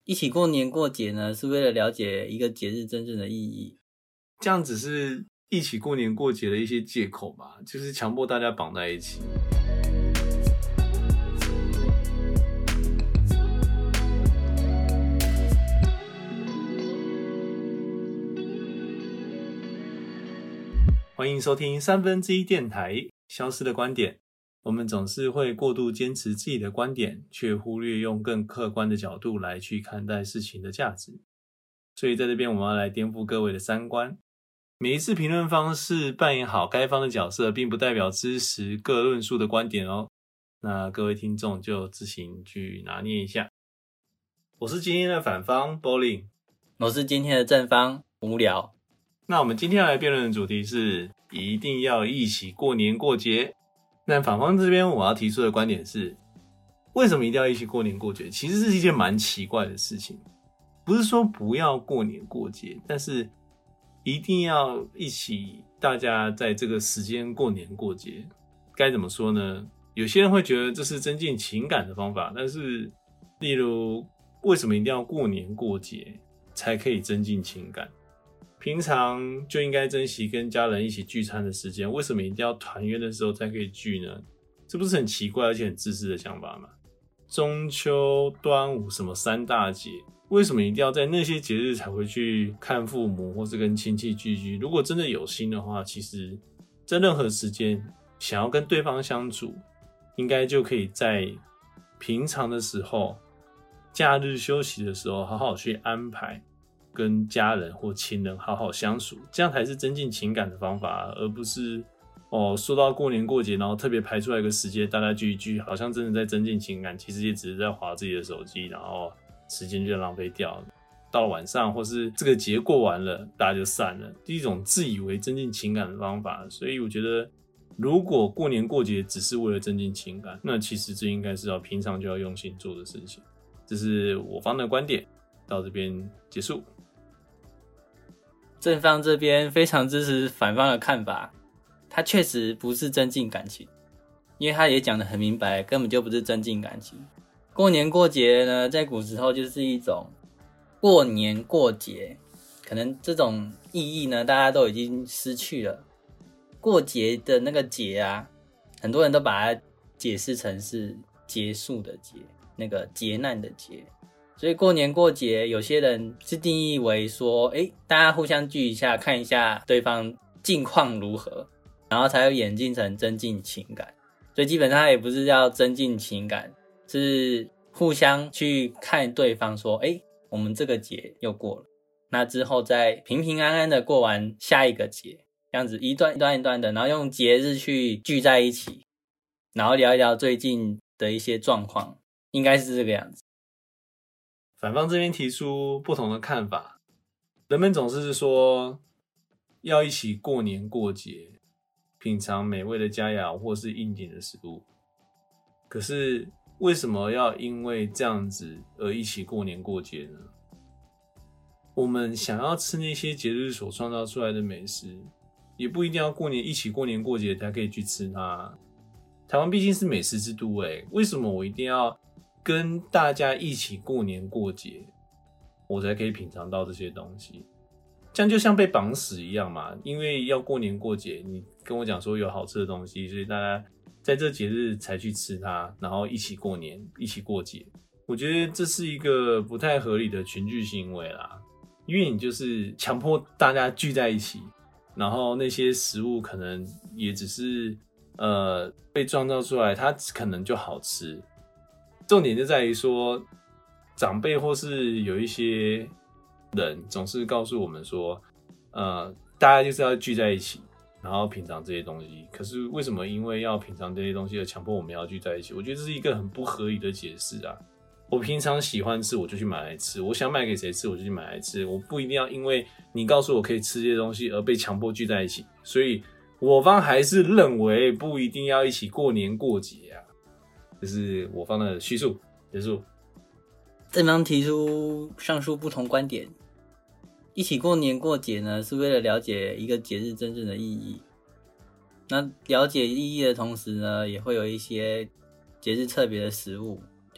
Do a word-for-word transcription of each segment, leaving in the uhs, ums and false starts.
一起过年过节呢，是为了了解一个节日真正的意义。 这样只是一起过年过节的一些借口吧，就是强迫大家绑在一起。欢迎收听三分之一电台，消失的观点。我们总是会过度坚持自己的观点，却忽略用更客观的角度来去看待事情的价值。所以在这边我们要来颠覆各位的三观。每一次评论方式扮演好该方的角色，并不代表支持各论述的观点哦。那各位听众就自行去拿捏一下。我是今天的反方 Bowling， 我是今天的正方无聊。 那我们今天要来辩论的主题是一定要一起过年过节。那反方这边我要提出的观点是，为什么一定要一起过年过节？其实是一件蛮奇怪的事情。不是说不要过年过节，但是一定要一起大家在这个时间过年过节。该怎么说呢？有些人会觉得这是增进情感的方法，但是例如为什么一定要过年过节才可以增进情感？平常就应该珍惜跟家人一起聚餐的时间，为什么一定要团圆的时候才可以聚呢？这不是很奇怪而且很自私的想法吗？中秋、端午什么三大节，为什么一定要在那些节日才会去看父母或是跟亲戚聚聚？如果真的有心的话，其实在任何时间想要跟对方相处，应该就可以在平常的时候、假日休息的时候好好去安排跟家人或亲人好好相处，这样才是增进情感的方法，而不是哦说到过年过节，然后特别排出来一个时间大家聚一聚，好像真的在增进情感，其实也只是在滑自己的手机，然后时间就浪费掉了。到了晚上或是这个节过完了，大家就散了，是一种自以为增进情感的方法。所以我觉得，如果过年过节只是为了增进情感，那其实这应该是要平常就要用心做的事情。这是我方的观点，到这边结束。 正方这边非常支持反方的看法，他确实不是增进感情，因为他也讲得很明白，根本就不是增进感情。过年过节呢，在古时候就是一种过年过节，可能这种意义呢，大家都已经失去了。过节的那个节啊，很多人都把它解释成是结束的结，那个劫难的劫。所以过年过节，有些人是定义为说，诶，大家互相聚一下，看一下对方近况如何，然后才会演进成增进情感。所以基本上也不是要增进情感，是互相去看对方说，诶，我们这个节又过了，那之后再平平安安的过完下一个节，这样子一段一段一段的，然后用节日去聚在一起，然后聊一聊最近的一些状况，应该是这个样子。 反方这边提出不同的看法，人们总是说要一起过年过节，品尝美味的佳肴或是应景的食物。可是为什么要因为这样子而一起过年过节呢？我们想要吃那些节日所创造出来的美食，也不一定要过年一起过年过节才可以去吃它。台湾毕竟是美食之都欸，为什么我一定要跟大家一起过年过节，我才可以品尝到这些东西？这样就像被绑死一样嘛，因为要过年过节，你跟我讲说有好吃的东西，所以大家在这节日才去吃它，然后一起过年，一起过节。我觉得这是一个不太合理的群聚行为啦，因为你就是强迫大家聚在一起，然后那些食物可能也只是呃被创造出来，它可能就好吃。重点就在于说，长辈或是有一些人总是告诉我们说，呃，大家就是要聚在一起，然后品尝这些东西。可是为什么因为要品尝这些东西而强迫我们要聚在一起？我觉得这是一个很不合理的解释啊。我平常喜欢吃，我就去买来吃；我想买给谁吃，我就去买来吃。我不一定要因为你告诉我可以吃这些东西而被强迫聚在一起。所以我方还是认为不一定要一起过年过节啊。这是我方的叙述结束。 正方提出上述不同观点，一起过年过节呢，是为了了解一个节日真正的意义。那了解意义的同时呢，也会有一些节日特别的食物，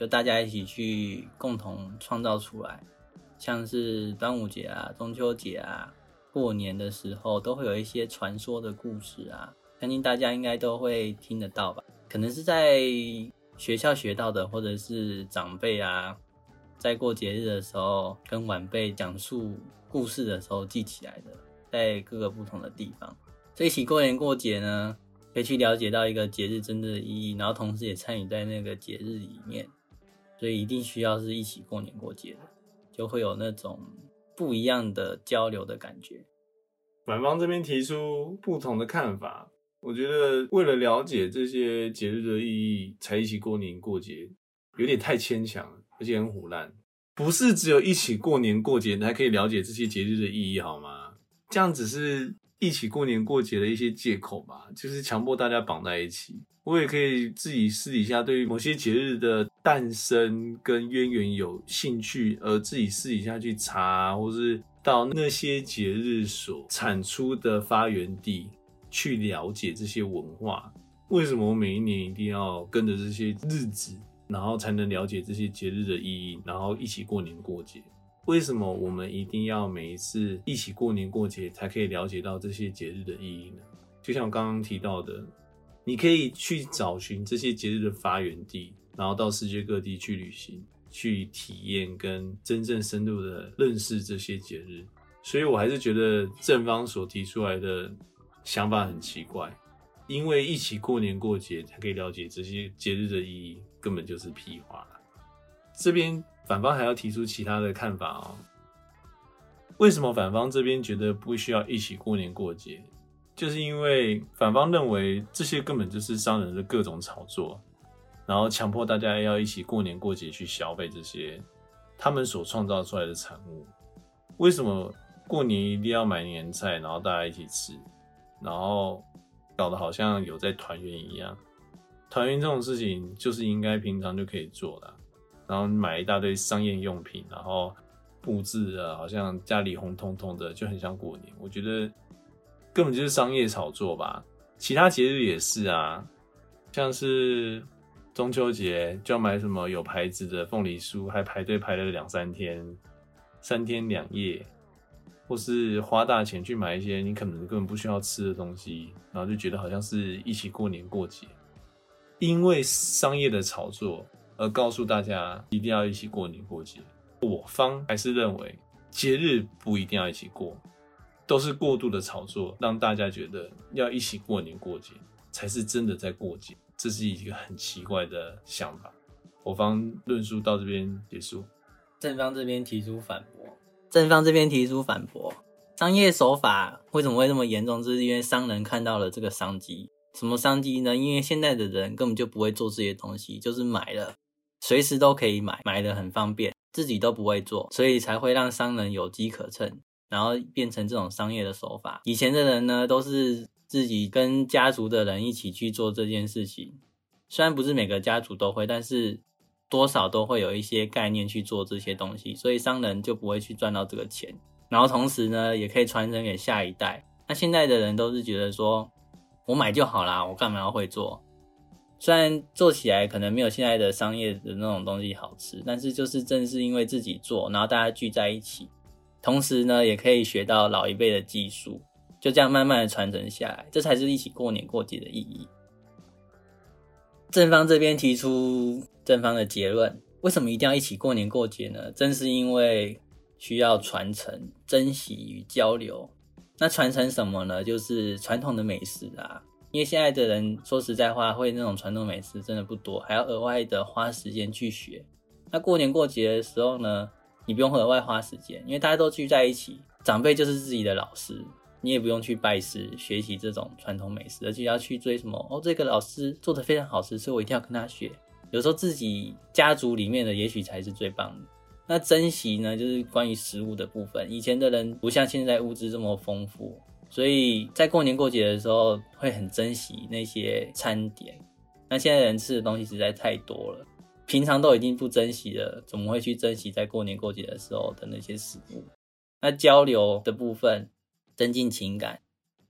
就大家一起去共同创造出来，像是端午节啊、中秋节啊、过年的时候都会有一些传说的故事啊，相信大家应该都会听得到吧，可能是在学校学到的，或者是长辈啊在过节日的时候跟晚辈讲述故事的时候记起来的，在各个不同的地方。所以一起过年过节呢，可以去了解到一个节日真正的意义，然后同时也参与在那个节日里面，所以一定需要是一起过年过节的，就会有那种不一样的交流的感觉。 反方这边提出不同的看法，我觉得为了了解这些节日的意义才一起过年过节，有点太牵强了，而且很唬烂。不是只有一起过年过节才可以了解这些节日的意义好吗？这样只是一起过年过节的一些借口吧，就是强迫大家绑在一起。我也可以自己私底下对于某些节日的诞生跟渊源有兴趣，而自己私底下去查，或是到那些节日所产出的发源地去了解这些文化。为什么我每一年一定要跟着这些日子，然后才能了解这些节日的意义，然后一起过年过节？为什么我们一定要每一次一起过年过节才可以了解到这些节日的意义呢？就像我刚刚提到的，你可以去找寻这些节日的发源地，然后到世界各地去旅行，去体验跟真正深入的认识这些节日。所以我还是觉得正方所提出来的想法很奇怪，因为一起过年过节才可以了解这些节日的意义，根本就是屁话。这边反方还要提出其他的看法哦。为什么反方这边觉得不需要一起过年过节？就是因为反方认为这些根本就是商人的各种炒作，然后强迫大家要一起过年过节去消费这些他们所创造出来的产物。为什么过年一定要买年菜，然后大家一起吃，然后搞得好像有在团圆一样？团圆这种事情就是应该平常就可以做的，然后买一大堆商业用品，然后布置啊，好像家里红彤彤的，就很像过年。我觉得根本就是商业炒作吧。其他节日也是啊，像是中秋节就要买什么有牌子的凤梨酥，还排队排了两三天，三天两夜，或是花大钱去买一些你可能根本不需要吃的东西，然后就觉得好像是一起过年过节。因为商业的炒作而告诉大家一定要一起过年过节。我方还是认为节日不一定要一起过，都是过度的炒作，让大家觉得要一起过年过节才是真的在过节，这是一个很奇怪的想法。我方论述到这边结束。 正方这边提出反驳，正方这边提出反驳，商业手法为什么会这么严重？就是因为商人看到了这个商机。什么商机呢？因为现在的人根本就不会做这些东西，就是买了随时都可以买，买的很方便，自己都不会做，所以才会让商人有机可乘，然后变成这种商业的手法。以前的人呢，都是自己跟家族的人一起去做这件事情，虽然不是每个家族都会，但是多少都会有一些概念去做这些东西，所以商人就不会去赚到这个钱，然后同时呢也可以传承给下一代。那现在的人都是觉得说我买就好啦，我干嘛要会做？虽然做起来可能没有现在的商业的那种东西好吃，但是就是正是因为自己做，然后大家聚在一起，同时呢也可以学到老一辈的技术，就这样慢慢的传承下来，这才是一起过年过节的意义。正方这边提出正方的结论，为什么一定要一起过年过节呢？正是因为需要传承、珍惜与交流。那传承什么呢？就是传统的美食啊，因为现在的人说实在话，会那种传统美食真的不多，还要额外的花时间去学。那过年过节的时候呢，你不用额外花时间，因为大家都聚在一起，长辈就是自己的老师，你也不用去拜师学习这种传统美食，而且要去追什么哦，这个老师做得非常好吃，所以我一定要跟他学。有时候自己家族里面的也许才是最棒的。那珍惜呢，就是关于食物的部分。以前的人不像现在物质这么丰富，所以在过年过节的时候会很珍惜那些餐点。那现在人吃的东西实在太多了，平常都已经不珍惜了，怎么会去珍惜在过年过节的时候的那些食物？那交流的部分，增进情感，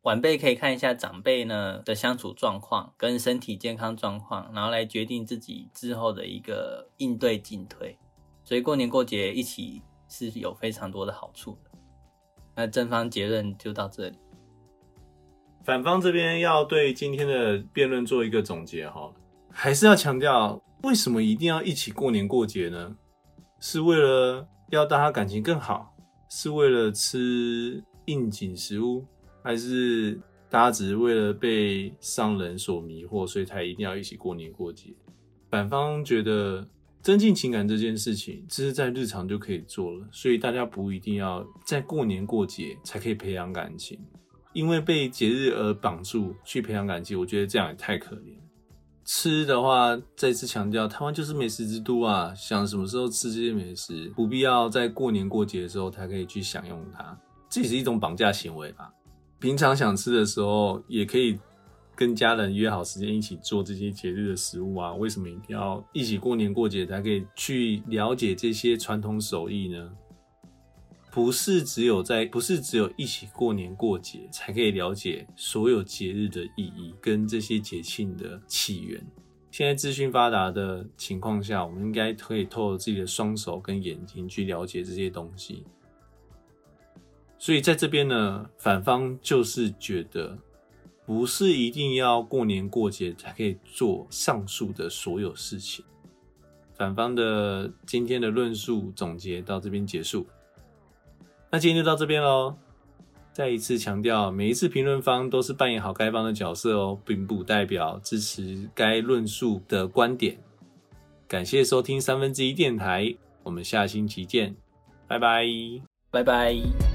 晚辈可以看一下长辈呢的相处状况跟身体健康状况，然后来决定自己之后的一个应对进退。所以过年过节一起是有非常多的好处的。那正方结论就到这里。 反方这边要对今天的辩论做一个总结哈，还是要强调，为什么一定要一起过年过节呢？是为了要大家感情更好，是为了吃应景食物，还是大家只是为了被商人所迷惑，所以才一定要一起过年过节？反方觉得增进情感这件事情，这是在日常就可以做了，所以大家不一定要在过年过节才可以培养感情。因为被节日而绑住去培养感情，我觉得这样也太可怜。吃的话，再次强调，台湾就是美食之都啊，想什么时候吃这些美食，不必要在过年过节的时候才可以去享用它，这也是一种绑架行为吧。平常想吃的时候，也可以跟家人约好时间一起做这些节日的食物啊，为什么一定要一起过年过节才可以去了解这些传统手艺呢？不是只有在，不是只有一起过年过节才可以了解所有节日的意义跟这些节庆的起源。现在资讯发达的情况下，我们应该可以透过自己的双手跟眼睛去了解这些东西。所以在这边呢，反方就是觉得，不是一定要过年过节才可以做上述的所有事情。反方的今天的论述总结到这边结束。那今天就到这边咯。再一次强调，每一次评论方都是扮演好该方的角色哦，并不代表支持该论述的观点。感谢收听三分之一电台，我们下星期见，拜拜， 拜拜。